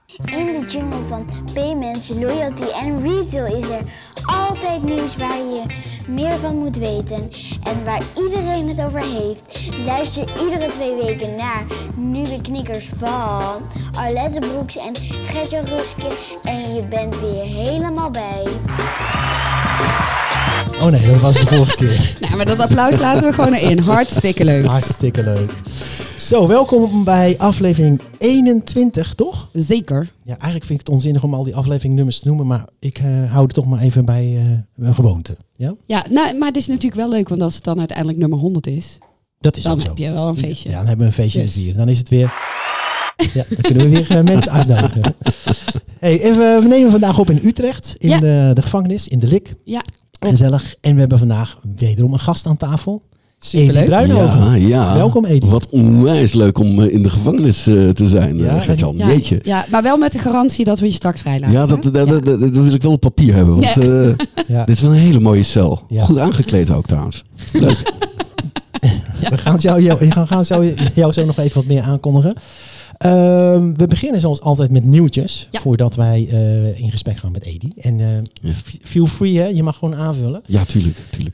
In de jungle van payments, loyalty en retail is er altijd nieuws waar je meer van moet weten en waar iedereen het over heeft. Luister iedere 2 weken naar nieuwe knikkers van Arlette Broeks en Gertje Ruske en je bent weer helemaal bij. Oh nee, dat was de vorige keer. Nou, maar dat applaus laten we gewoon erin. Hartstikke leuk. Hartstikke leuk. Zo, welkom bij aflevering 21, toch? Zeker. Ja, eigenlijk vind ik het onzinnig om al die afleveringnummers te noemen, maar ik hou het toch maar even bij een gewoonte. Ja? Ja, nou, maar het is natuurlijk wel leuk, want als het dan uiteindelijk nummer 100 is, Dat is dan ook zo. heb je wel een feestje. Ja, dan hebben we een feestje Dus. in het vieren. Dan is het weer... Ja, dan kunnen we weer mensen uitnodigen. Hey, we nemen vandaag op in Utrecht, in de gevangenis, in de Lik. Ja. Gezellig. En we hebben vandaag wederom een gast aan tafel. Superleuk. Edi Bruinhoven. Ja. Welkom, Edi. Wat onwijs leuk om in de gevangenis te zijn, Ja, Gert-Jan. Ja, Jeetje. ja, maar wel met de garantie dat we je straks vrijlaten. Ja, dat wil ik wel op papier hebben. Want Ja. dit is wel een hele mooie cel. Ja. Goed aangekleed ook trouwens. Leuk. We gaan jou zo nog even wat meer aankondigen. We beginnen zoals altijd met nieuwtjes. Ja. Voordat wij in gesprek gaan met Edi. En feel free, hè? Je mag gewoon aanvullen. Ja, tuurlijk.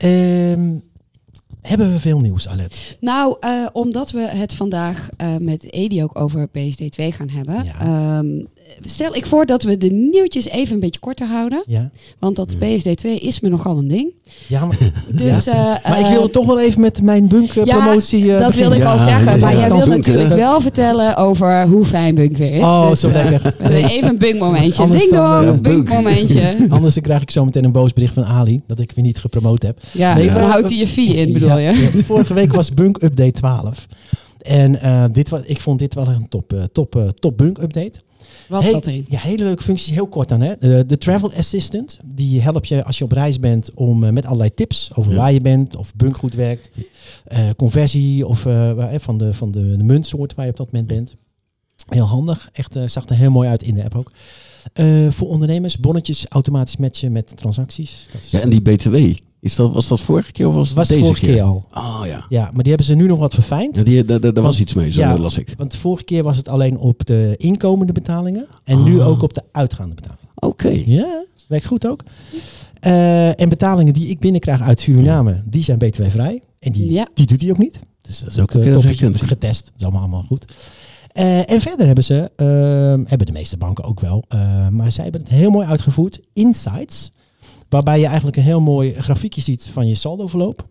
Hebben we veel nieuws, Arlette? Nou, omdat we het vandaag met Edi ook over PSD2 gaan hebben. Ja. Stel ik voor dat we de nieuwtjes even een beetje korter houden. Ja. Want dat PSD2 is me nogal een ding. Ja, maar, Dus, maar ik wilde toch wel even met mijn Bunk-promotie dat beginnen. wilde ik al zeggen. ja, Maar ja. jij wilt Bunk, natuurlijk hè? wel vertellen over hoe fijn Bunk weer is. Oh, dus, zo lekker. we hebben even een Bunk momentje. Anders Ding dan, dong, Bunk. Bunk momentje. Anders dan krijg ik zo meteen een boos bericht van Ali. Dat ik weer niet gepromoot heb. Ja, Nee, dan maar- houdt hij je fee in, bedoel je? Ja, vorige week was Bunk Update 12. En ik vond dit wel een top Bunk Update. Wat zat erin? Ja, hele leuke functies. Heel kort dan. Hè. De Travel Assistant. Die helpt je als je op reis bent om met allerlei tips over waar je bent. Of Bunk goed werkt. Conversie of van de muntsoort waar je op dat moment bent. Heel handig. Echt zag er heel mooi uit in de app ook. Voor ondernemers bonnetjes automatisch matchen met transacties. Dat is, Ja, en die BTW, was dat vorige keer of was het was de deze vorige keer al. Oh ja. Ja, maar die hebben ze nu nog wat verfijnd. Ja, daar was iets mee, zo ja, las ik. Want de vorige keer was het alleen op de inkomende betalingen. En nu ook op de uitgaande betalingen. Oké. Ja, werkt goed ook. En betalingen die ik binnenkrijg uit Suriname, die zijn btw-vrij. En die doet hij ook niet. Dus dat is ook Oké, top frequentie. getest. Dat is allemaal goed. En verder hebben de meeste banken ook wel. Maar zij hebben het heel mooi uitgevoerd. Insights. Waarbij je eigenlijk een heel mooi grafiekje ziet van je saldoverloop.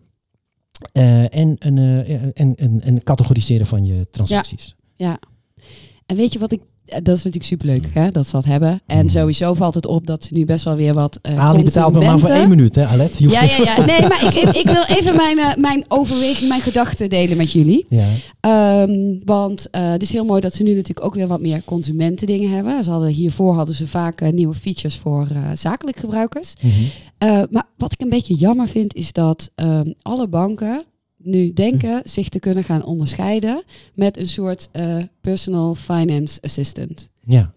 En categoriseren van je transacties. Ja. En weet je wat dat is natuurlijk superleuk, hè, dat ze dat hebben. En sowieso valt het op dat ze nu best wel weer wat Ali betaalt nog maar voor 1 minuut, hè, Alet? Ja. Nee, maar ik wil even mijn overweging, mijn gedachten delen met jullie. Ja. Want het is heel mooi dat ze nu natuurlijk ook weer wat meer consumentendingen hebben. Hiervoor hadden ze vaak nieuwe features voor zakelijk gebruikers. Mhm. Maar wat ik een beetje jammer vind, is dat alle banken nu denken zich te kunnen gaan onderscheiden met een soort personal finance assistant. Ja.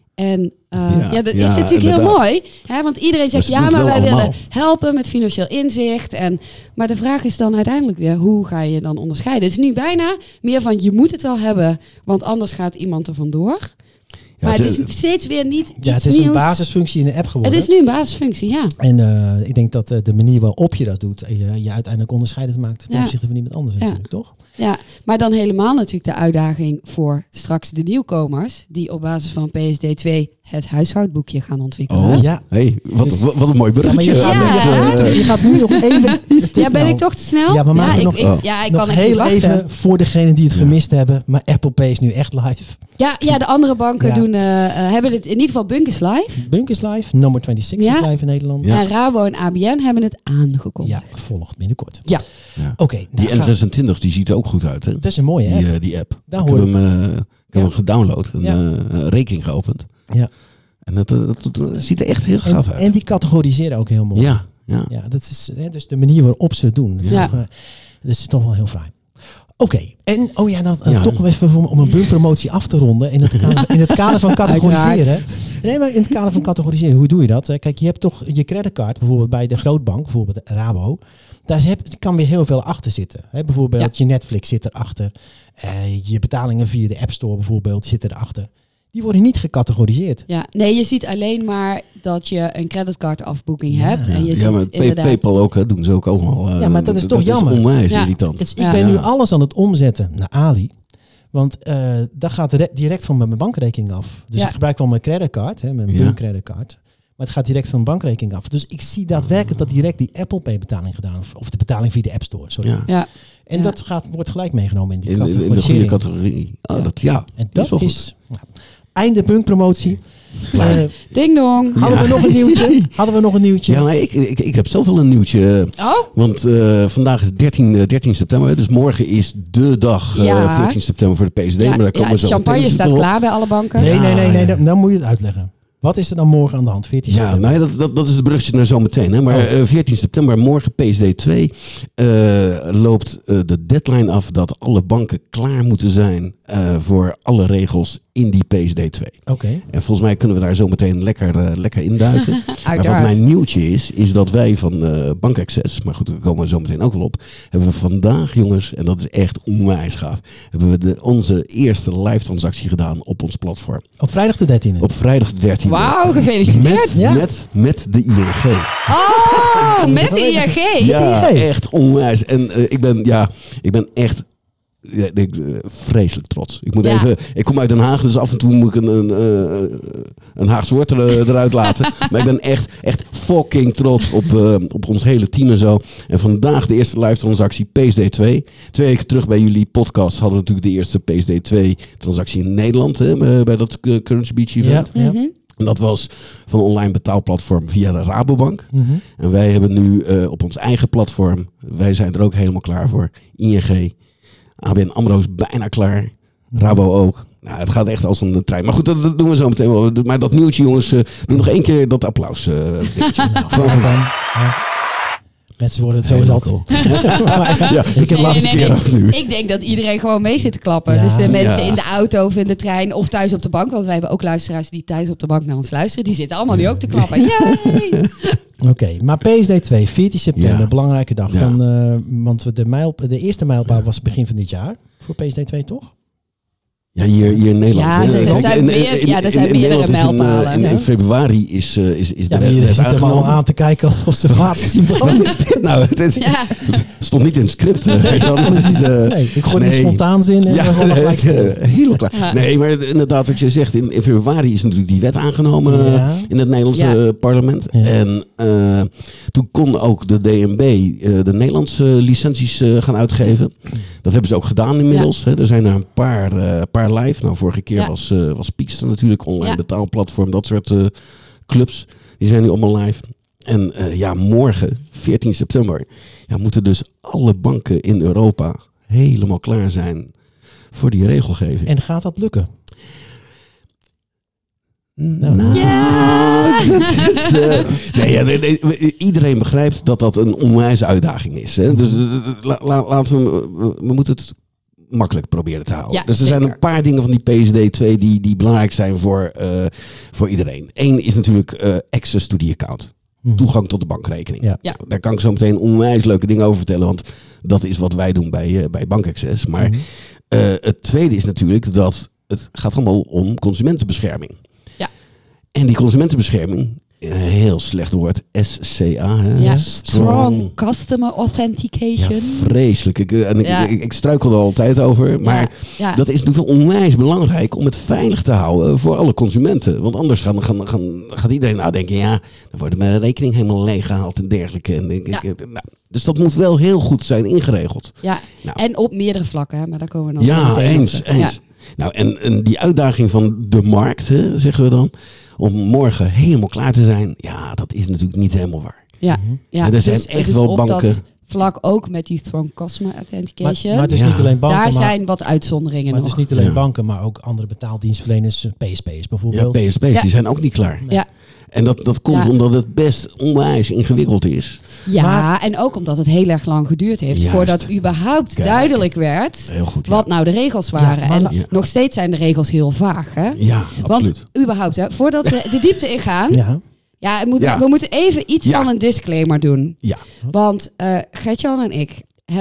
En dat is ja, natuurlijk inderdaad. heel mooi. Hè? Want iedereen zegt, Maar ze doen ja, het maar wel wij allemaal. willen helpen met financieel inzicht. Maar de vraag is dan uiteindelijk weer, hoe ga je dan onderscheiden? Het is nu bijna meer van, je moet het wel hebben, want anders gaat iemand er vandoor. Ja, Maar het is steeds weer niet Ja, iets het is nieuws. een basisfunctie in de app geworden. Het is nu een basisfunctie, ja. En ik denk dat de manier waarop je dat doet, je uiteindelijk onderscheidend maakt ten opzichte van iemand anders natuurlijk, toch? Ja, maar dan helemaal natuurlijk de uitdaging voor straks de nieuwkomers, die op basis van PSD2 het huishoudboekje gaan ontwikkelen. Oh, Ja. hey, wat een mooi Ja, maar bruggetje. je gaat nu nog even... Ben ik toch te snel? Ja, we maken ik nog- kan nog echt niet heel wachten. even voor degenen die het gemist hebben, maar Apple Pay is nu echt live. Ja, de andere banken Ja. hebben het in ieder geval Bunk is live. Bunk is live, Number 26 is Ja. live in Nederland. Ja. En Rabo en ABN hebben het aangekondigd. Ja, volgt binnenkort. Ja. Ja. Oké, Die N26 die ziet er ook goed uit, hè? dat is een mooie, hè? Die app. Daar Ik hoor heb ik. hem gedownload en Ja. een rekening geopend. Ja. En dat ziet er echt heel gaaf uit. En die categoriseren ook heel mooi. Ja. Ja, dat is dus de manier waarop ze het doen. Dat is, Ja. dat is toch wel heel fraai. Oké, en Ja. toch even om een Bunk-promotie af te ronden. In het kader van categoriseren. Nee, maar in het kader van categoriseren, hoe doe je dat? Kijk, je hebt toch je creditcard, bijvoorbeeld bij de grootbank, bijvoorbeeld Rabo. Daar kan weer heel veel achter zitten. Bijvoorbeeld je Netflix zit erachter. Je betalingen via de App Store bijvoorbeeld zitten erachter. Die worden niet gecategoriseerd. Ja, nee, je ziet alleen maar dat je een creditcardafboeking hebt. En je Ja, maar ziet inderdaad... PayPal ook, hè, doen ze ook allemaal. Ja, maar dat is toch jammer. Dat is onwijs Ja. irritant. Dus ik ben nu alles aan het omzetten naar Ali. Want dat gaat direct van mijn bankrekening af. Dus Ja. ik gebruik wel mijn creditcard, hè, mijn bankcreditcard. Maar het gaat direct van mijn bankrekening af. Dus ik zie daadwerkelijk dat direct die Apple Pay betaling gedaan. Of de betaling via de App Store, sorry. Ja. Ja. En Ja. dat wordt gelijk meegenomen in die In de goede categorisering. categorie. Oh, Ja. dat ja. En dat is wel dat is... Nou, einde punkpromotie. Ding dong. Hadden we nog een nieuwtje? Ja, nee, ik heb zelf wel een nieuwtje. Oh, Want vandaag is 13 september. Dus morgen is de dag Ja. 14 september voor de PSD. ja, maar daar komen ja, we zo champagne meteen staat op. klaar bij alle banken. Nee, Ja. dan moet je het uitleggen. Wat is er dan morgen aan de hand? 14 Ja, september? nee, dat is het bruggetje naar zometeen. Hè. Maar 14 september, morgen PSD 2, loopt de deadline af dat alle banken klaar moeten zijn voor alle regels in die PSD 2. Oké. En volgens mij kunnen we daar zo meteen lekker induiken. Maar wat Uiteraard. mijn nieuwtje is dat wij van Bank Access, maar goed, daar komen we zo meteen ook wel op, hebben we vandaag, jongens, en dat is echt onwijs gaaf, hebben we onze eerste live transactie gedaan op ons platform. Op vrijdag de 13e. Op vrijdag de 13e. Wauw, gefeliciteerd. Ja. Met de ING. Oh, met de ING. Ja, ING. echt onwijs. En ik ben echt vreselijk trots. Ik kom uit Den Haag, dus af en toe moet ik een Haags woord eruit laten. Maar ik ben echt fucking trots op ons hele team en zo. En vandaag de eerste live transactie PSD 2. 2 weken terug bij jullie podcast hadden we natuurlijk de eerste PSD 2 transactie in Nederland. Hè, bij dat Currency Beach event. Ja. Mhm. En dat was van een online betaalplatform via de Rabobank. Mhm. En wij hebben nu op ons eigen platform, wij zijn er ook helemaal klaar voor. ING, ABN AMRO is bijna klaar. Rabo ook. Nou, het gaat echt als een trein. Maar goed, dat doen we zo meteen wel. Maar dat nieuwtje, jongens, doe nog één keer dat applaus. Dingetje. Vooruit dan. Ja. Mensen worden het zo Helemaal zat. cool. Ja, ik heb de laatste keer ook nu. Ik denk dat iedereen gewoon mee zit te klappen. Ja. Dus de mensen Ja. in de auto of in de trein of thuis op de bank. Want wij hebben ook luisteraars die thuis op de bank naar ons luisteren. Die zitten allemaal nu ook te klappen. Yay! Oké, maar PSD 2, 14 september, Ja. belangrijke dag. Ja. Dan, want de eerste mijlpaal was begin van dit jaar voor PSD 2, toch? Ja, hier in Nederland. Ja, hè. er Kijk, zijn er zijn in meerdere Nederland is mijlpalen. in februari is de Ja, maar je wet zit er allemaal aangenomen. aan te kijken alsof ze water zien Wat branden. is dit nou? Het Ja. stond niet in het script. Weet je wel. Het is, Nee, ik gooi er nee. spontaan in en Ja, we gewoon gelijk stil. heel klaar. Ja. Nee, maar inderdaad wat je zegt, in februari is natuurlijk die wet aangenomen Ja. in het Nederlandse Ja. parlement. Ja. En toen kon ook de DNB de Nederlandse licenties gaan uitgeven. Dat hebben ze ook gedaan inmiddels. Hè. Er zijn er een paar live. Nou, vorige keer Ja. was Piekster natuurlijk, online Ja. betaalplatform, dat soort clubs. Die zijn nu allemaal live. En morgen, 14 september, moeten dus alle banken in Europa helemaal klaar zijn voor die regelgeving. En gaat dat lukken? Nou, Ja. dat is, nee, iedereen begrijpt dat dat een onwijze uitdaging is. Hè? Dus laten we moeten het makkelijk proberen te houden. Ja, dus er zijn zeker. een paar dingen van die PSD 2 die belangrijk zijn voor iedereen. Eén is natuurlijk access to the account. Mhm. Toegang tot de bankrekening. Ja. Ja. Daar kan ik zo meteen onwijs leuke dingen over vertellen. Want dat is wat wij doen bij Bank Access. Maar Mhm. het tweede is natuurlijk dat het gaat allemaal om consumentenbescherming. Ja. En die consumentenbescherming, heel slecht woord, SCA. Hè? Ja, strong customer authentication. Ja, vreselijk. Ja. Ik struikel er altijd over. Maar ja. dat is natuurlijk wel onwijs belangrijk om het veilig te houden voor alle consumenten. Want anders gaat iedereen nadenken, ja, dan wordt mijn rekening helemaal leeggehaald en dergelijke. Dus dat moet wel heel goed zijn ingeregeld. Ja. Nou. En op meerdere vlakken, hè, maar daar komen we dan zo Ja, meteen op eens. terug. Ja. Nou, en die uitdaging van de markt, hè, zeggen we dan, om morgen helemaal klaar te zijn, ja, dat is natuurlijk niet helemaal waar. Ja, ja. En er zijn echt dus wel op banken. dat vlak ook met die strong customer authentication. Maar het is Ja. niet alleen banken, daar maar zijn wat uitzonderingen het is nog. niet alleen Ja. banken, maar ook andere betaaldienstverleners, PSP's Ja, bijvoorbeeld. PSP's, Ja. die zijn ook niet klaar. Ja. En dat komt Ja. omdat het best onwijs ingewikkeld is. Ja, Maar- en ook omdat het heel erg lang geduurd heeft Juist. voordat überhaupt Kijk. duidelijk werd Heel goed. wat nou de regels waren. maar en la- Ja. nog steeds zijn de regels heel vaag, hè? Ja, absoluut. Want überhaupt, hè, voordat we de diepte ingaan, Ja. we moeten even iets Ja. van een disclaimer doen. Ja. Want Gert-Jan en ik hebben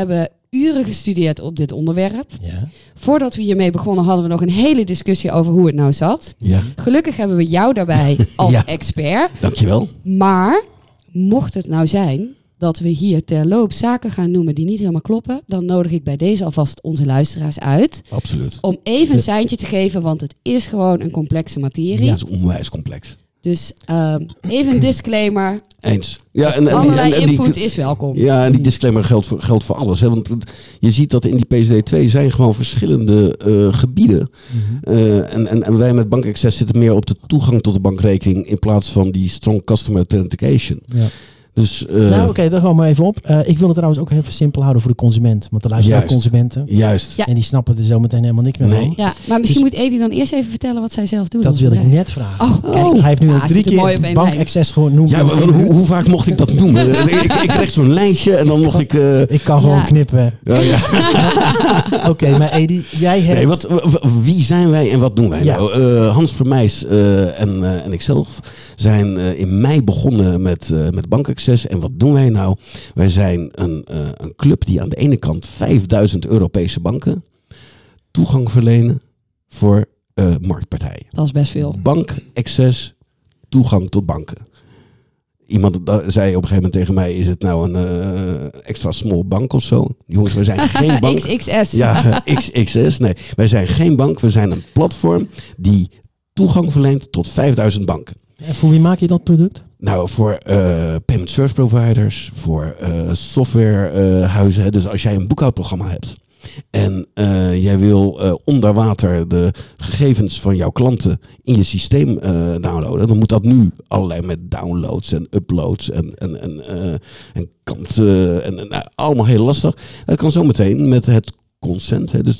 uren gestudeerd op dit onderwerp. Ja. Voordat we hiermee begonnen hadden we nog een hele discussie over hoe het nou zat. Ja, Gelukkig hebben we jou daarbij als Ja. expert. dankjewel. Maar mocht het nou zijn dat we hier terloops zaken gaan noemen die niet helemaal kloppen, dan nodig ik bij deze alvast onze luisteraars uit Absoluut. om even een seintje te geven, want het is gewoon een complexe materie. Ja, het is onwijs complex. Dus even een disclaimer. Eens. Ja, en Allerlei die- input is welkom. Ja, en die disclaimer geldt voor alles. Hè? Want je ziet dat in die PSD2 zijn gewoon verschillende gebieden. En wij met Bank Access zitten meer op de toegang tot de bankrekening in plaats van die strong customer authentication. Ja. Dus Nou, oké, dan gaan we maar even op. Ik wil het trouwens ook even simpel houden voor de consument. Want er luisteren ook Juist. consumenten. juist. Ja. En die snappen er zo meteen helemaal niks meer Nee. van. Ja, maar misschien Dus- moet Edi dan eerst even vertellen wat zij zelf doet. Dat als wil ik bedrijf. net vragen. Oh, kijk. Hij heeft nu Ja, al 3 zit er mooi op keer één Bank lijn. Access genoemd. Ja, maar hoe vaak mocht ik dat noemen? ik kreeg zo'n lijstje en dan mocht ik... Ik kan gewoon Ja. knippen. Oké, maar Edi, jij hebt... Nee, wie zijn wij en wat doen wij Ja. nou? Hans Vermeijs en ikzelf zijn in mei begonnen met Bank Access. En wat doen wij nou? Wij zijn een club die aan de ene kant 5000 Europese banken toegang verlenen voor marktpartijen. Dat is best veel. Bank Access, toegang tot banken. Iemand zei op een gegeven moment tegen mij, is het nou een extra small bank of zo? Jongens, we zijn geen bank. XXS. Ja, XXS. Nee, wij zijn geen bank. We zijn een platform die toegang verleent tot 5000 banken. En voor wie maak je dat product? Nou, voor payment service providers, voor softwarehuizen. Dus als jij een boekhoudprogramma hebt en jij wil onder water de gegevens van jouw klanten in je systeem downloaden, dan moet dat nu allerlei met downloads en uploads en kanten en allemaal heel lastig. Dat kan zometeen met het consent. Hè, dus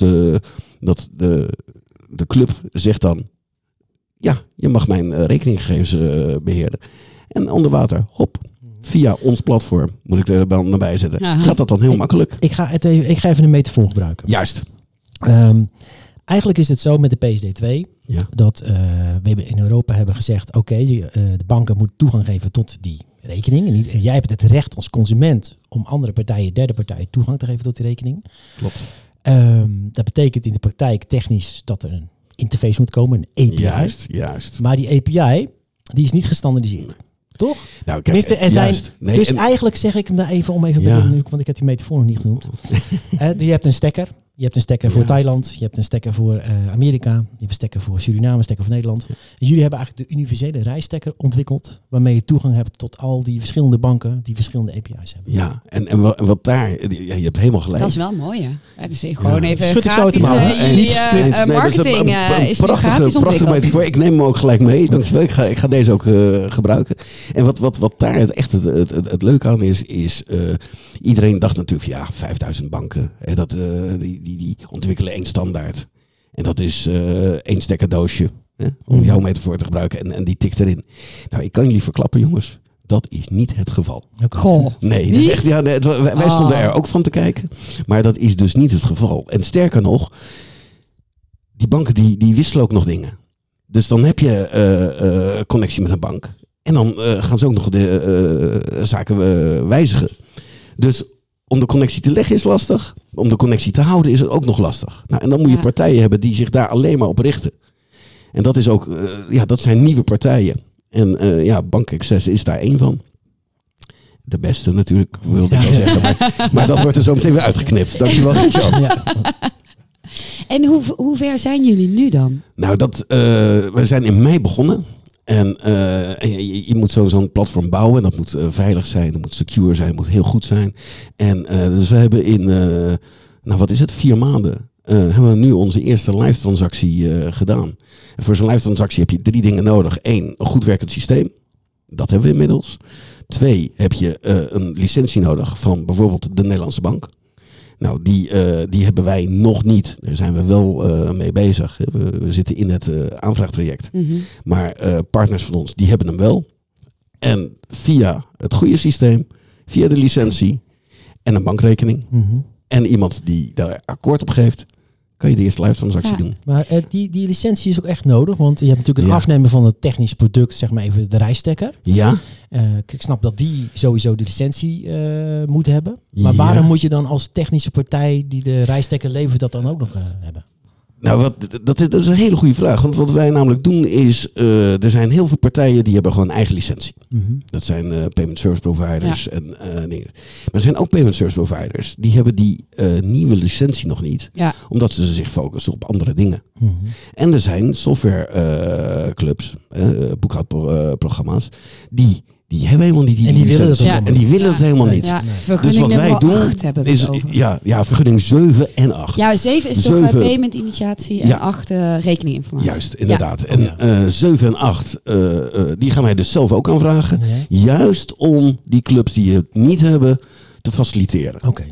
de club zegt dan, ja, je mag mijn rekeninggegevens beheerden. En onder water, hop, via ons platform, moet ik er dan bij zetten. Aha. Gaat dat dan heel makkelijk? Ik ga even een metafoor gebruiken. Juist. Eigenlijk is het zo met de PSD2 Ja. dat we in Europa hebben gezegd, oké, de banken moeten toegang geven tot die rekening. En jij hebt het recht als consument om andere partijen, derde partijen toegang te geven tot die rekening. Klopt. Dat betekent in de praktijk technisch dat er een interface moet komen, een API. Juist. Maar die API, die is niet gestandaardiseerd. Toch? Nou, kijk, Tenminste, er zijn... juist. Nee, dus en- eigenlijk zeg ik hem daar even om even... Ja. Want ik heb die metafoor nog niet genoemd. Je hebt een stekker. Je hebt een stekker voor Juist. Thailand. Je hebt een stekker voor Amerika. Je hebt een stekker voor Suriname. Een stekker voor Nederland. En jullie hebben eigenlijk de universele reisstekker ontwikkeld. Waarmee je toegang hebt tot al die verschillende banken. Die verschillende API's hebben. Ja, en wat daar... Ja, je hebt helemaal gelijk. Dat is wel mooi, hè? Het is gewoon even Schud ik zo gratis. te maken. Jullie Niet gescript. Nee, dus marketing een is nu gratis prachtige ontwikkeld. metafoor. Ik neem hem ook gelijk mee. Dankjewel. Ik ga deze ook gebruiken. En wat daar echt het leuke aan is iedereen dacht natuurlijk, ja, 5000 banken. Hè, die ontwikkelen één standaard. En dat is één stekkerdoosje. Hè, om jouw metafoor te gebruiken. En die tikt erin. Nou, ik kan jullie verklappen, jongens. Dat is niet het geval. Goh. Nee, dat is Niet? echt, ja, wij stonden er ook van te kijken. Maar dat is dus niet het geval. En sterker nog, die banken die wisselen ook nog dingen. Dus dan heb je connectie met een bank. En dan gaan ze ook nog de zaken wijzigen. Dus om de connectie te leggen is lastig. Om de connectie te houden is het ook nog lastig. Nou, en dan moet je Ja. partijen hebben die zich daar alleen maar op richten. En dat is ook, dat zijn nieuwe partijen. En Bank Access is daar één van. De beste natuurlijk, wilde ik wel zeggen. Maar dat wordt er zo meteen weer uitgeknipt. Dankjewel, Gert-Jan. Ja. En hoe ver zijn jullie nu dan? Nou, we zijn in mei begonnen. En je moet zo'n platform bouwen. En dat moet veilig zijn, dat moet secure zijn, dat moet heel goed zijn. En dus we hebben in, 4 maanden... hebben we nu onze eerste live transactie gedaan. En voor zo'n live transactie heb je 3 dingen nodig. 1, een goed werkend systeem. Dat hebben we inmiddels. 2, heb je een licentie nodig van bijvoorbeeld de Nederlandse Bank. Nou, die hebben wij nog niet. Daar zijn we wel mee bezig. We zitten in het aanvraagtraject. Maar partners van ons, die hebben hem wel. En via het goede systeem, via de licentie en een bankrekening. Mhm. En iemand die daar akkoord op geeft, kan je de eerste live transactie doen. Maar die licentie is ook echt nodig, want je hebt natuurlijk een afnemen van het technisch product, zeg maar even de rijstekker. Ja. Ik snap dat die sowieso de licentie moet hebben. Maar Ja. waarom moet je dan als technische partij die de rijstekker levert dat dan ook nog hebben? Nou, dat is een hele goede vraag. Want wat wij namelijk doen is, er zijn heel veel partijen die hebben gewoon een eigen licentie. Mm-hmm. Dat zijn payment service providers en dingen. Maar er zijn ook payment service providers. Die hebben die nieuwe licentie nog niet. Ja. Omdat ze zich focussen op andere dingen. Mm-hmm. En er zijn softwareclubs, boekhoudprogramma's, die hebben helemaal niet die En die willen licentie. dat ook En die willen het helemaal niet. Ja, Nee. vergunning Dus wat wij nummer doen 8 hebben we is, het over. ja, vergunning 7 en 8. Ja, 7 is toch 7. payment initiatie en Ja. 8 rekeninginformatie. Juist, inderdaad. Ja. En 7 en 8, die gaan wij dus zelf ook aanvragen. Ja. Juist om die clubs die het niet hebben te faciliteren. Oké.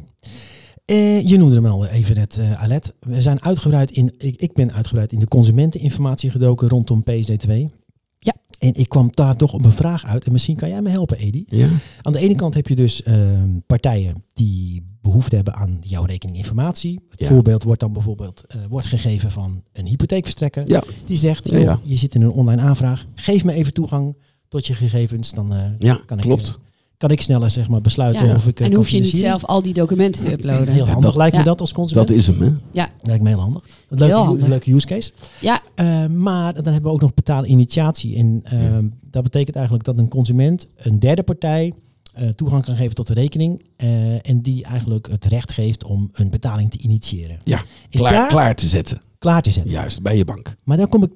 Je noemde hem al even net, Alet. We zijn uitgebreid ik ben uitgebreid in de consumenteninformatie gedoken rondom PSD2. Ja. En ik kwam daar toch op een vraag uit. En misschien kan jij me helpen, Edi. Ja? Aan de ene kant heb je dus partijen die behoefte hebben aan jouw rekeninginformatie. Het Ja. voorbeeld wordt dan bijvoorbeeld wordt gegeven van een hypotheekverstrekker. Ja. Die zegt, Ja, ja. je zit in een online aanvraag. Geef me even toegang tot je gegevens. Dan Ja, kan klopt. kan ik sneller zeg maar, besluiten Ja. of ik... En kan hoef je niet financieren. zelf al die documenten te uploaden. Heel handig lijkt me Ja. dat als consument. Dat is hem, hè? Lijkt me heel handig. Een Heel handig. leuke use case. Ja, Maar dan hebben we ook nog betaalinitiatie. En dat betekent eigenlijk dat een consument een derde partij toegang kan geven tot de rekening. En die eigenlijk het recht geeft om een betaling te initiëren. Ja, En daar klaar te zetten. klaar te zetten. Juist, bij je bank. Maar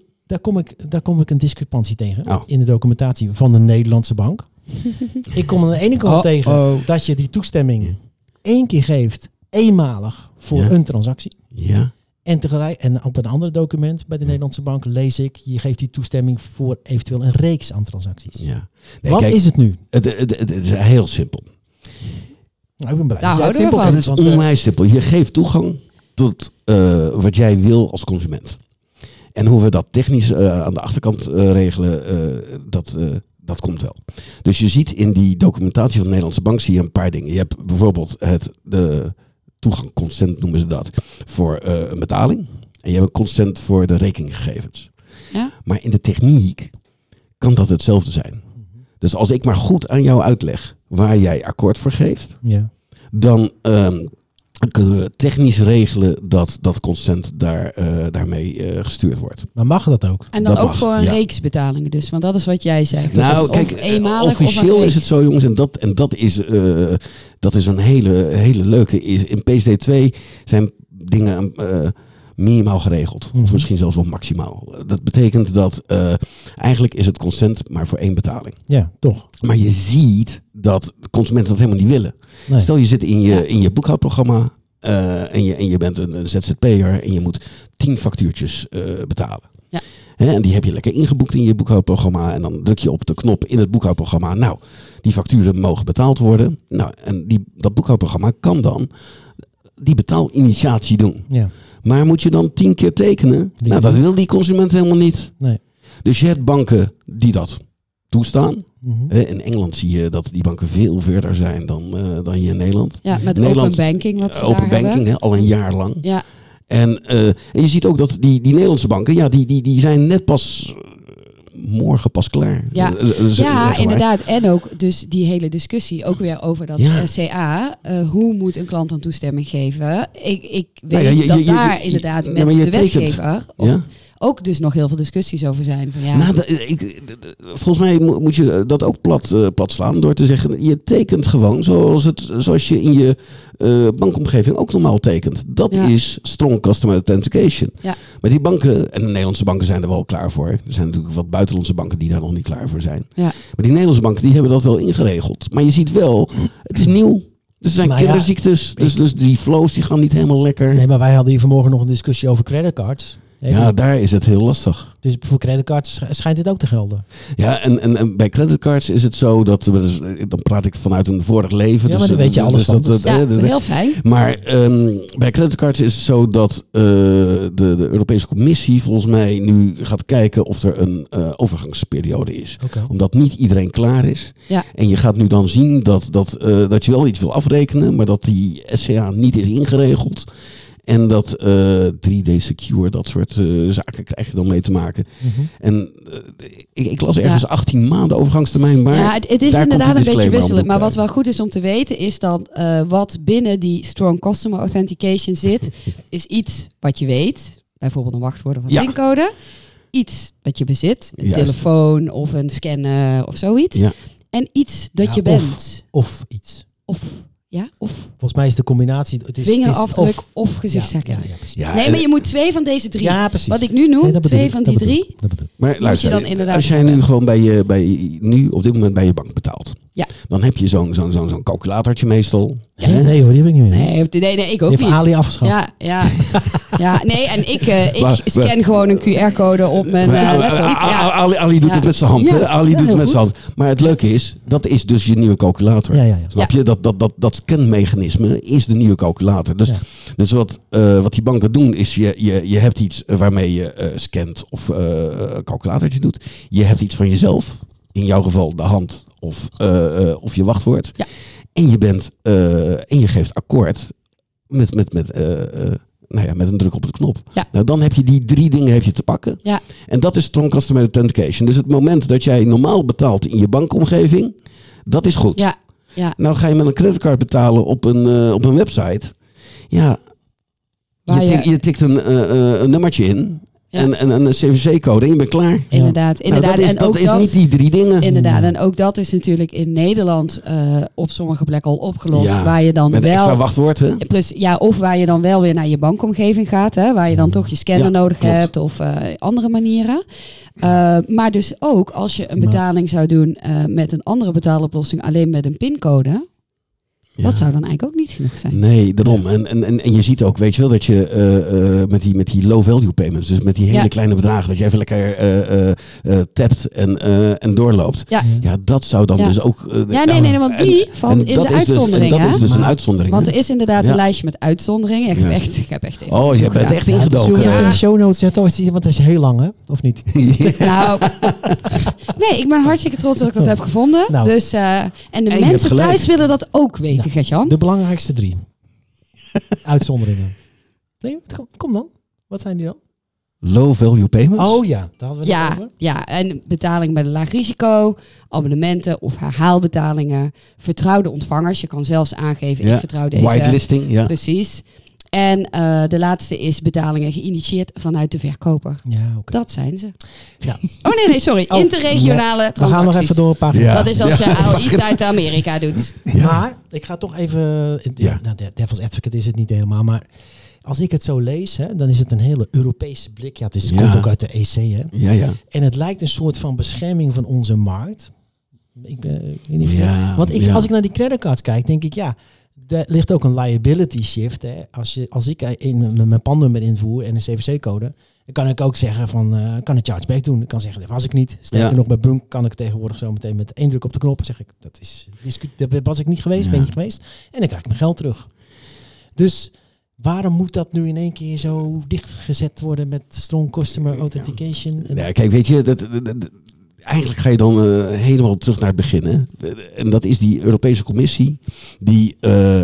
daar kom ik een discrepantie tegen. Oh. In de documentatie van de Nederlandse bank. Ik kom aan de ene kant tegen dat je die toestemming 1 keer geeft, eenmalig voor Ja. een transactie. Ja. En tegelijk, en op een ander document bij de Nederlandse bank lees ik, je geeft die toestemming voor eventueel een reeks aan transacties. Ja. Nee, Wat kijk, is het nu? het is heel simpel. Nou, ik ben blij. Daar dat jij het houden we simpel van. Het vindt, is want, onwijs simpel. Je geeft toegang tot wat jij wil als consument. En hoe we dat technisch aan de achterkant regelen, dat komt wel. Dus je ziet in die documentatie van de Nederlandse bank zie je een paar dingen. Je hebt bijvoorbeeld de toegang consent noemen ze dat voor een betaling. En je hebt een consent voor de rekeninggegevens. Ja. Maar in de techniek kan dat hetzelfde zijn. Dus als ik maar goed aan jou uitleg waar jij akkoord voor geeft, ja. dan kunnen we technisch regelen dat consent daarmee gestuurd wordt. Maar mag dat ook? en dan Dat ook mag, voor een ja. reeks betalingen dus. Want dat is wat jij zegt. Nou, Dus kijk, of eenmalig officieel of een is het reeks. zo, jongens, en dat is een hele leuke. In PSD2 zijn dingen minimaal geregeld. Of Mhm. misschien zelfs wel maximaal. Dat betekent dat eigenlijk is het consent maar voor 1 betaling. Ja, toch. Maar je ziet dat de consumenten dat helemaal niet willen. Nee. Stel je zit in je boekhoudprogramma en je bent een ZZP'er en je moet 10 factuurtjes betalen. Ja. Hè, en die heb je lekker ingeboekt in je boekhoudprogramma en dan druk je op de knop in het boekhoudprogramma. Nou, die facturen mogen betaald worden. Nou, en dat boekhoudprogramma kan dan die betaalinitiatie doen. Ja. Maar moet je dan 10 keer tekenen? Nou, dat wil die consument helemaal niet. Nee. Dus je hebt banken die dat toestaan. Mhm. In Engeland zie je dat die banken veel verder zijn dan hier in Nederland. Ja, met Nederland, open banking wat ze Open daar banking, hebben. al een jaar lang. Ja, En je ziet ook dat die Nederlandse banken, ja, die zijn net pas morgen pas klaar. Ja. Zeg maar. inderdaad. En ook dus die hele discussie ook weer over dat Ja. SCA. Hoe moet een klant dan toestemming geven? Ik Nou weet ja, dat daar inderdaad ja, met maar je de tekent. wetgever Ja? ook dus nog heel veel discussies over zijn. Van, ja, Nou, volgens mij moet je dat ook plat slaan door te zeggen, je tekent gewoon zoals je in je bankomgeving ook normaal tekent. Dat Ja. is strong customer authentication. Ja. Maar die banken, en de Nederlandse banken zijn er wel klaar voor. Er zijn natuurlijk wat buitenlandse banken die daar nog niet klaar voor zijn. Ja. Maar die Nederlandse banken die hebben dat wel ingeregeld. Maar je ziet wel, het is nieuw. Er zijn Nou ja, kinderziektes, dus die flows die gaan niet helemaal lekker. Nee, maar wij hadden hier vanmorgen nog een discussie over creditcards. Ja, daar is het heel lastig. Dus voor creditcards schijnt het ook te gelden. Ja, en bij creditcards is het zo dat, dus, dan praat ik vanuit een vorig leven. Ja, maar daar weet je alles van. ja, heel fijn. Maar bij creditcards is het zo dat de Europese Commissie volgens mij nu gaat kijken of er een overgangsperiode is. Oké. Omdat niet iedereen klaar is. Ja. En je gaat nu dan zien dat je wel iets wil afrekenen, maar dat die SCA niet is ingeregeld. En dat 3D Secure, dat soort zaken krijg je dan mee te maken. En ik las ergens 18 maanden overgangstermijn. Maar ja, het is daar inderdaad komt een die beetje disclaimer wisselend. Maar aan wat wel goed is om te weten is dat wat binnen die Strong Customer Authentication zit, is iets wat je weet. Bijvoorbeeld een wachtwoord of een pincode. Iets dat je bezit. Een telefoon of een scanner of zoiets. Ja. En iets dat je bent. Of iets. Of Volgens mij is de combinatie... Het is, vingerafdruk of gezichtsherkenning. Ja, precies. Ja, Nee, maar je moet 2 van deze 3. Ja, precies. Wat ik nu noem, 2 van die 3. Maar luister, dan inderdaad als jij hebben. nu gewoon nu op dit moment bij je bank betaalt. Ja. Dan heb je zo'n calculatortje meestal. Ja. Nee hoor, die heb ik niet meer. Nee, ik ook Die heeft niet. Ali afgeschaft. Ja, nee, en ik scan gewoon een QR-code op mijn laptop. Ali doet het met zijn hand. Ja. hè? Ali doet het heel met zijn goed. hand. Maar het leuke is, dat is dus je nieuwe calculator. Ja. Snap je? Dat scanmechanisme is de nieuwe calculator. Dus wat die banken doen is, je hebt iets waarmee je scant of een calculatortje doet. Je hebt iets van jezelf. In jouw geval de hand of je wachtwoord. Ja. En je geeft akkoord met een druk op de knop. Ja. Nou, dan heb je die 3 dingen te pakken. Ja. En dat is Strong Customer Authentication. Dus het moment dat jij normaal betaalt in je bankomgeving, dat is goed. Ja. Nou ga je met een creditcard betalen op een website. Ja, je tikt een nummertje in. Ja. En een CVC-code en je bent klaar. Inderdaad. Nou, dat is niet die 3 dingen. Inderdaad, en ook dat is natuurlijk in Nederland op sommige plekken al opgelost. Ja, waar je dan met wel extra wachtwoord, hè? Plus, of waar je dan wel weer naar je bankomgeving gaat, hè, waar je dan toch je scanner nodig klopt. hebt of andere manieren. Maar dus ook als je een betaling zou doen met een andere betaaloplossing, alleen met een pincode. Ja. Dat zou dan eigenlijk ook niet genoeg zijn. Nee, daarom. En je ziet ook, weet je wel, dat je met die low value payments, dus met die hele kleine bedragen, dat je even lekker tapt en doorloopt. Ja, dat zou dan dus ook... Nee, want die valt in de uitzondering. Dat is dus een uitzondering. Want er is inderdaad een lijstje met uitzonderingen. Ik heb echt even je bent echt ingedoken. Dus in de show notes zetten, want dat is heel lang, hè? Of niet? Nou, nee, ik ben hartstikke trots dat ik dat heb gevonden. Nou. Dus, en de mensen thuis willen dat ook weten. De belangrijkste 3 uitzonderingen. Nee, kom dan. Wat zijn die dan? Low value payments? Oh ja, daar hadden we het over. Ja, en betaling bij de laag risico, abonnementen of herhaalbetalingen, vertrouwde ontvangers. Je kan zelfs aangeven, ik vertrouw deze. Whitelisting, ja. Precies. En de laatste is betalingen geïnitieerd vanuit de verkoper. Ja, okay. Dat zijn ze. Ja. Oh nee, sorry. Interregionale transacties. We gaan nog even door een paar. Ja. Dat is als je al iets uit Amerika doet. Ja. Maar ik ga toch even... Nou, Devil's Advocate is het niet helemaal, maar als ik het zo lees, hè, dan is het een hele Europese blik. Ja, het komt ook uit de EC. Hè. Ja. En het lijkt een soort van bescherming van onze markt. Ik weet niet of want als ik naar die creditcards kijk, denk ik, er ligt ook een liability shift. Hè. Als ik mijn pandnummer invoer en een CVC-code, dan kan ik ook zeggen van, kan een chargeback doen. Ik kan zeggen, dat was ik niet. Sterker nog, bij Bunk kan ik tegenwoordig zo meteen met 1 druk op de knop zeg ik, dat was ik niet geweest, ben je niet geweest. En dan krijg ik mijn geld terug. Dus waarom moet dat nu in één keer zo dichtgezet worden met Strong Customer Authentication? Ja, kijk, weet je, eigenlijk ga je dan helemaal terug naar het begin. Hè? En dat is die Europese Commissie die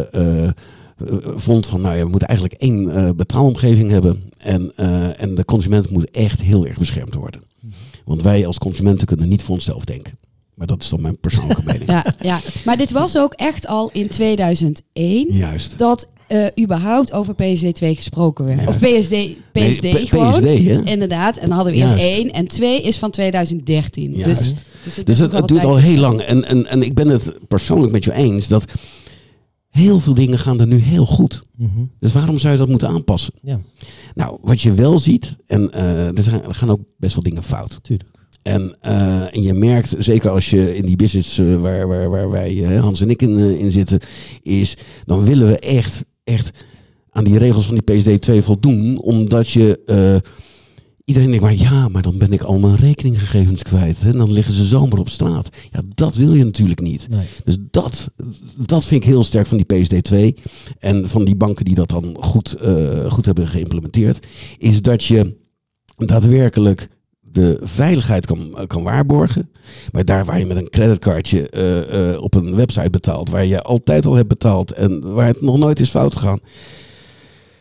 vond van, we moeten eigenlijk 1 betaalomgeving hebben. En de consument moet echt heel erg beschermd worden. Want wij als consumenten kunnen niet voor onszelf denken. Maar dat is dan mijn persoonlijke mening. Ja, maar dit was ook echt al in 2001. Juist. Dat überhaupt over PSD2 gesproken werd. Juist. Of PSD gewoon. PSD, hè? Inderdaad. En dan hadden we eerst 1 en 2 is van 2013. Juist. Dus het duurt al heel lang. En ik ben het persoonlijk met je eens dat heel veel dingen gaan er nu heel goed. Mm-hmm. Dus waarom zou je dat moeten aanpassen? Ja. Nou, wat je wel ziet, en er gaan ook best wel dingen fout. Tuurlijk. En je merkt, zeker als je in die business waar wij, Hans en ik in zitten, is, dan willen we echt aan die regels van die PSD2 voldoen, omdat je... Iedereen denkt, maar dan ben ik al mijn rekeninggegevens kwijt. Hè? En dan liggen ze zomaar op straat. Ja, dat wil je natuurlijk niet. Nee. Dus dat vind ik heel sterk van die PSD2. En van die banken die dat dan goed hebben geïmplementeerd. Is dat je daadwerkelijk de veiligheid kan waarborgen. Maar daar waar je met een creditcardje op een website betaalt, waar je altijd al hebt betaald en waar het nog nooit is fout gegaan.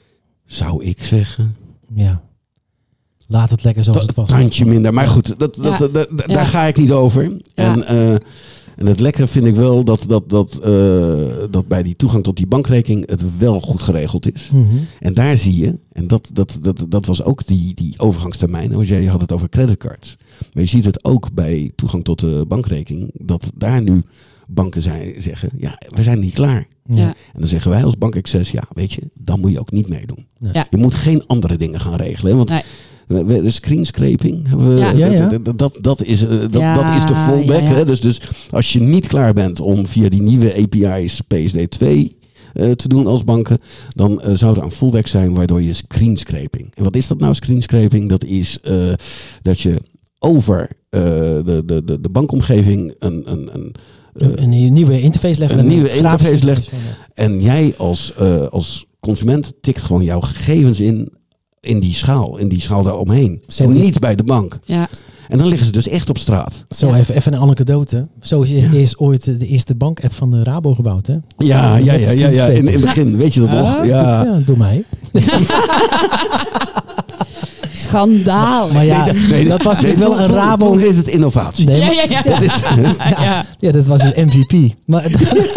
zou ik zeggen. Ja. Laat het lekker zoals het was. Tandje minder. Maar goed, daar ga ik niet over. Ja. En het lekkere vind ik wel dat bij die toegang tot die bankrekening het wel goed geregeld is. Mm-hmm. En daar zie je, en dat was ook die overgangstermijn. Want jij had het over creditcards. Maar je ziet het ook bij toegang tot de bankrekening. Dat daar nu banken zeggen, ja, we zijn niet klaar. Ja. En dan zeggen wij als Bank Access, ja, weet je, dan moet je ook niet meedoen. Nee. Ja. Je moet geen andere dingen gaan regelen. Hè? Want de screenscraping hebben we. Ja. Dat is de fallback. Ja. Hè? Dus als je niet klaar bent om via die nieuwe API's PSD2 te doen als banken, dan zou er een fallback zijn waardoor je screenscraping. En wat is dat nou, screenscraping? Dat is dat je over de bankomgeving een nieuwe interface leggen. Een nieuwe interface legt. En jij als consument tikt gewoon jouw gegevens in die schaal daaromheen. En niet bij de bank. Ja. En dan liggen ze dus echt op straat. Zo even een anekdote. Zo is ooit de eerste bankapp van de Rabo gebouwd, hè? Ja. In het begin, weet je dat nog? Ja, door mij. Schandaal. Maar ja, dat was natuurlijk wel een Rabo. Toen heet het innovatie. Nee, Ja. Dat is, ja, dat was een MVP. Maar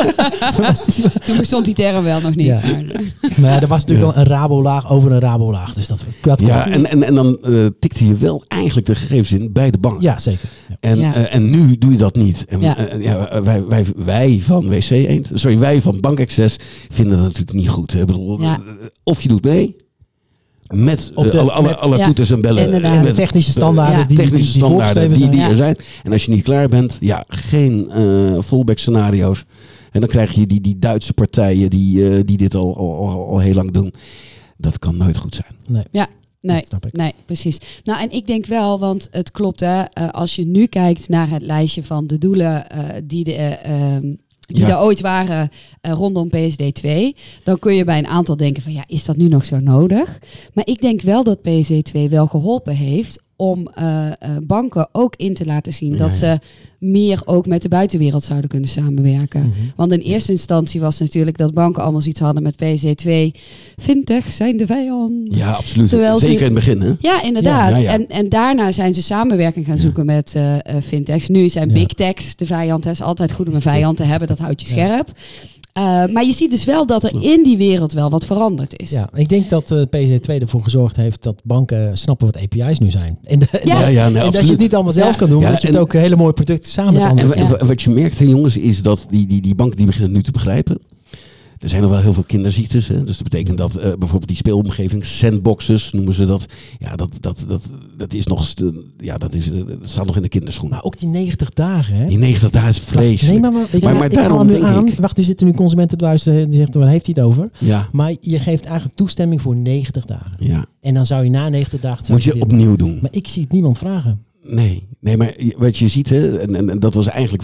Toen bestond die term wel nog niet. Ja. Maar er was natuurlijk wel een Rabo-laag over een Rabo-laag. Dus dat ja, en dan tikte je wel eigenlijk de gegevens in bij de bank. Ja, zeker. Ja. En nu doe je dat niet. En, Ja. wij van WC Eend, wij van Bank Access vinden dat natuurlijk niet goed. Ik bedoel, of je doet mee met alle toeters en bellen. Inderdaad. De technische standaarden Ja. die Technische standaarden die die er zijn. En als je niet klaar bent, geen fallback scenario's. En dan krijg je die Duitse partijen die dit al heel lang doen. Dat kan nooit goed zijn. Nee. Nee, snap ik. nee, precies. Nou, en ik denk wel, want het klopt hè, als je nu kijkt naar het lijstje van de doelen die er ooit waren rondom PSD2, dan kun je bij een aantal denken van is dat nu nog zo nodig? Maar ik denk wel dat PSD2 wel geholpen heeft om banken ook in te laten zien dat ze meer ook met de buitenwereld zouden kunnen samenwerken. Mm-hmm. Want in eerste instantie was natuurlijk dat banken allemaal zoiets hadden met PSD2. Fintech zijn de vijand. Ja, absoluut. Terwijl Zeker in het begin, hè? Ja, inderdaad. Ja. En daarna zijn ze samenwerking gaan zoeken met fintechs. Nu zijn big techs de vijand. Het is altijd goed om een vijand te hebben. Dat houdt je scherp. Maar je ziet dus wel dat er in die wereld wel wat veranderd is. Ja, ik denk dat PSD2 ervoor gezorgd heeft dat banken snappen wat API's nu zijn. En dat je het niet allemaal zelf kan doen, maar dat je het ook hele mooie producten samen met anderen. En wat je merkt, hè, jongens, is dat die banken die beginnen nu te begrijpen. Er zijn nog wel heel veel kinderziektes. Hè? Dus dat betekent dat bijvoorbeeld die speelomgeving, sandboxes noemen ze dat. Ja, dat is nog, dat staat nog in de kinderschoenen. Maar ook die 90 dagen, hè? Die 90 dagen is vreselijk. Nee, maar daarom denk ik. Wacht, er zitten nu consumenten te luisteren die zeggen, waar heeft hij het over? Ja. Maar je geeft eigenlijk toestemming voor 90 dagen. Ja. En dan zou je na 90 dagen... Moet je opnieuw doen. Maar ik zie het niemand vragen. Nee, maar wat je ziet, hè, en dat was eigenlijk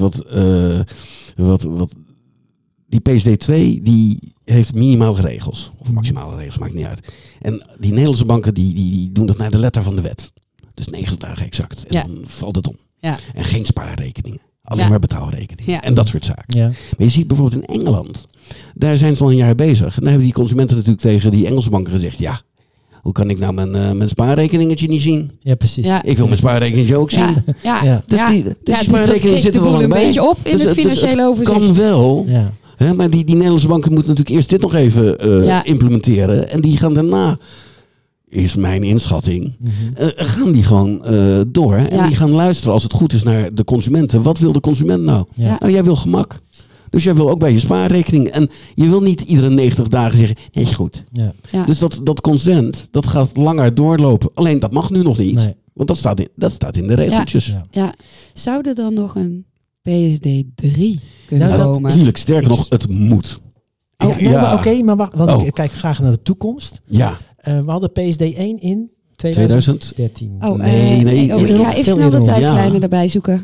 wat die PSD2 die heeft minimale regels. Of maximale regels, maakt niet uit. En die Nederlandse banken die doen dat naar de letter van de wet. Dus 90 dagen exact. En dan valt het om. Ja. En geen spaarrekeningen. Alleen maar betaalrekeningen. Ja. En dat soort zaken. Ja. Maar je ziet bijvoorbeeld in Engeland. Daar zijn ze al een jaar bezig. En dan hebben die consumenten natuurlijk tegen die Engelse banken gezegd. Ja, hoe kan ik nou mijn spaarrekeningetje niet zien? Ja, precies. Ja. Ik wil mijn spaarrekeningetje ook zien. Ja. Dus die spaarrekening zit er wel een bij. beetje op in het financiële overzicht. Kan wel. Ja. Hè, maar die Nederlandse banken moeten natuurlijk eerst dit nog even implementeren. En die gaan daarna, is mijn inschatting, gaan die gewoon door. En die gaan luisteren als het goed is naar de consumenten. Wat wil de consument nou? Ja. Nou, jij wil gemak. Dus jij wil ook bij je spaarrekening. En je wil niet iedere 90 dagen zeggen, nee, is goed. Ja. Ja. Dus dat consent, dat gaat langer doorlopen. Alleen dat mag nu nog niet. Nee. Want dat staat in de regeltjes. Ja. Zou er dan nog een PSD3 kunnen komen? Natuurlijk, sterker nog, het moet. Oké, maar wacht. Want ik kijk graag naar de toekomst. Ja. We hadden PSD1 in 2013. Nee. Ik ga even snel de tijdslijnen erbij zoeken.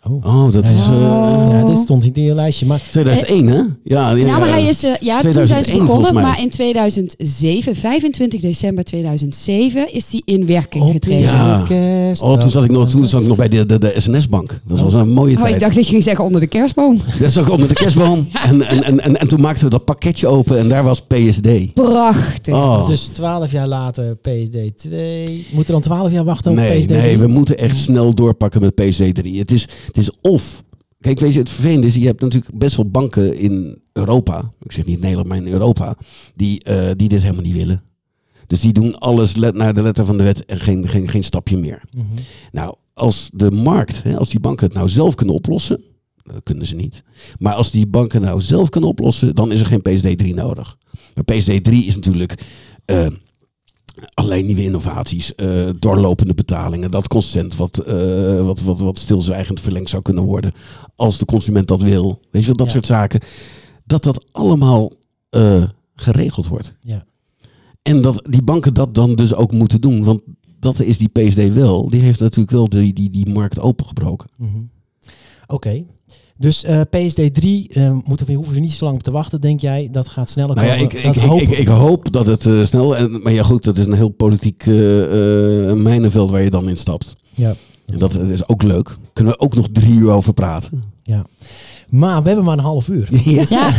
Oh, dat is... Ja, dit stond niet in je lijstje. Maar 2001, hè? Ja, maar hij is... toen zijn ze 2001 volgens begonnen, mij. maar in 2007, 25 december 2007, is die in werking op getreden. Ja. kerst. toen zat ik nog bij de SNS-bank. Dat was een mooie tijd. Ik dacht dat je ging zeggen onder de kerstboom. Dat zat ik onder de kerstboom. En toen maakten we dat pakketje open en daar was PSD. Prachtig. Oh. Dus 12 jaar later PSD 2. Moet er dan 12 jaar wachten op Nee, PSD 3? we moeten echt snel doorpakken met PSD 3. Het is of... Kijk, weet je, het vervelende is, je hebt natuurlijk best wel banken in Europa. Ik zeg niet Nederland, maar in Europa. Die dit helemaal niet willen. Dus die doen alles naar de letter van de wet en geen stapje meer. Mhm. Nou, als de markt, als die banken het nou zelf kunnen oplossen, dat kunnen ze niet. Maar als die banken nou zelf kunnen oplossen, dan is er geen PSD 3 nodig. Maar PSD 3 is natuurlijk allerlei nieuwe innovaties, doorlopende betalingen, dat consent wat stilzwijgend verlengd zou kunnen worden als de consument dat wil. Weet je wel, dat soort zaken. Dat allemaal geregeld wordt. Ja. En dat die banken dat dan dus ook moeten doen. Want dat is die PSD wel. Die heeft natuurlijk wel die markt opengebroken. Mm-hmm. Oké. Dus PSD 3, we hoeven er niet zo lang op te wachten, denk jij? Dat gaat sneller Nou ja, komen? ik hoop dat het snel... Maar ja goed, dat is een heel politiek mijnenveld waar je dan in stapt. Ja. En dat is ook leuk. Kunnen we ook nog 3 uur over praten. Ja. Maar we hebben maar een half uur. Ja.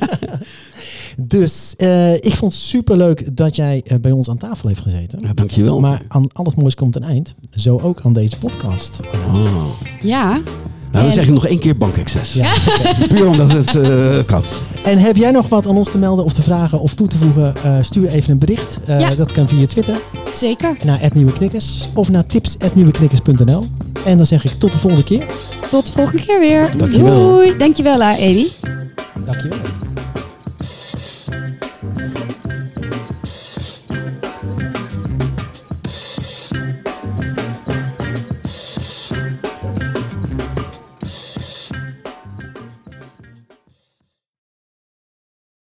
Dus ik vond het superleuk dat jij bij ons aan tafel heeft gezeten. Ja, dankjewel. Maar aan alles moois komt een eind. Zo ook aan deze podcast. Oh. Ja. Nou, dan zeg ik nog 1 keer bankaccess. Ja. Puur omdat het kan. En heb jij nog wat aan ons te melden of te vragen of toe te voegen? Stuur even een bericht. Ja. Dat kan via Twitter Zeker. naar @nieuweknikkers of naar tips@nieuweknikkers.nl. En dan zeg ik tot de volgende keer. Tot de volgende keer weer. Dankjewel. Doei. Dankjewel, Edi. Dankjewel.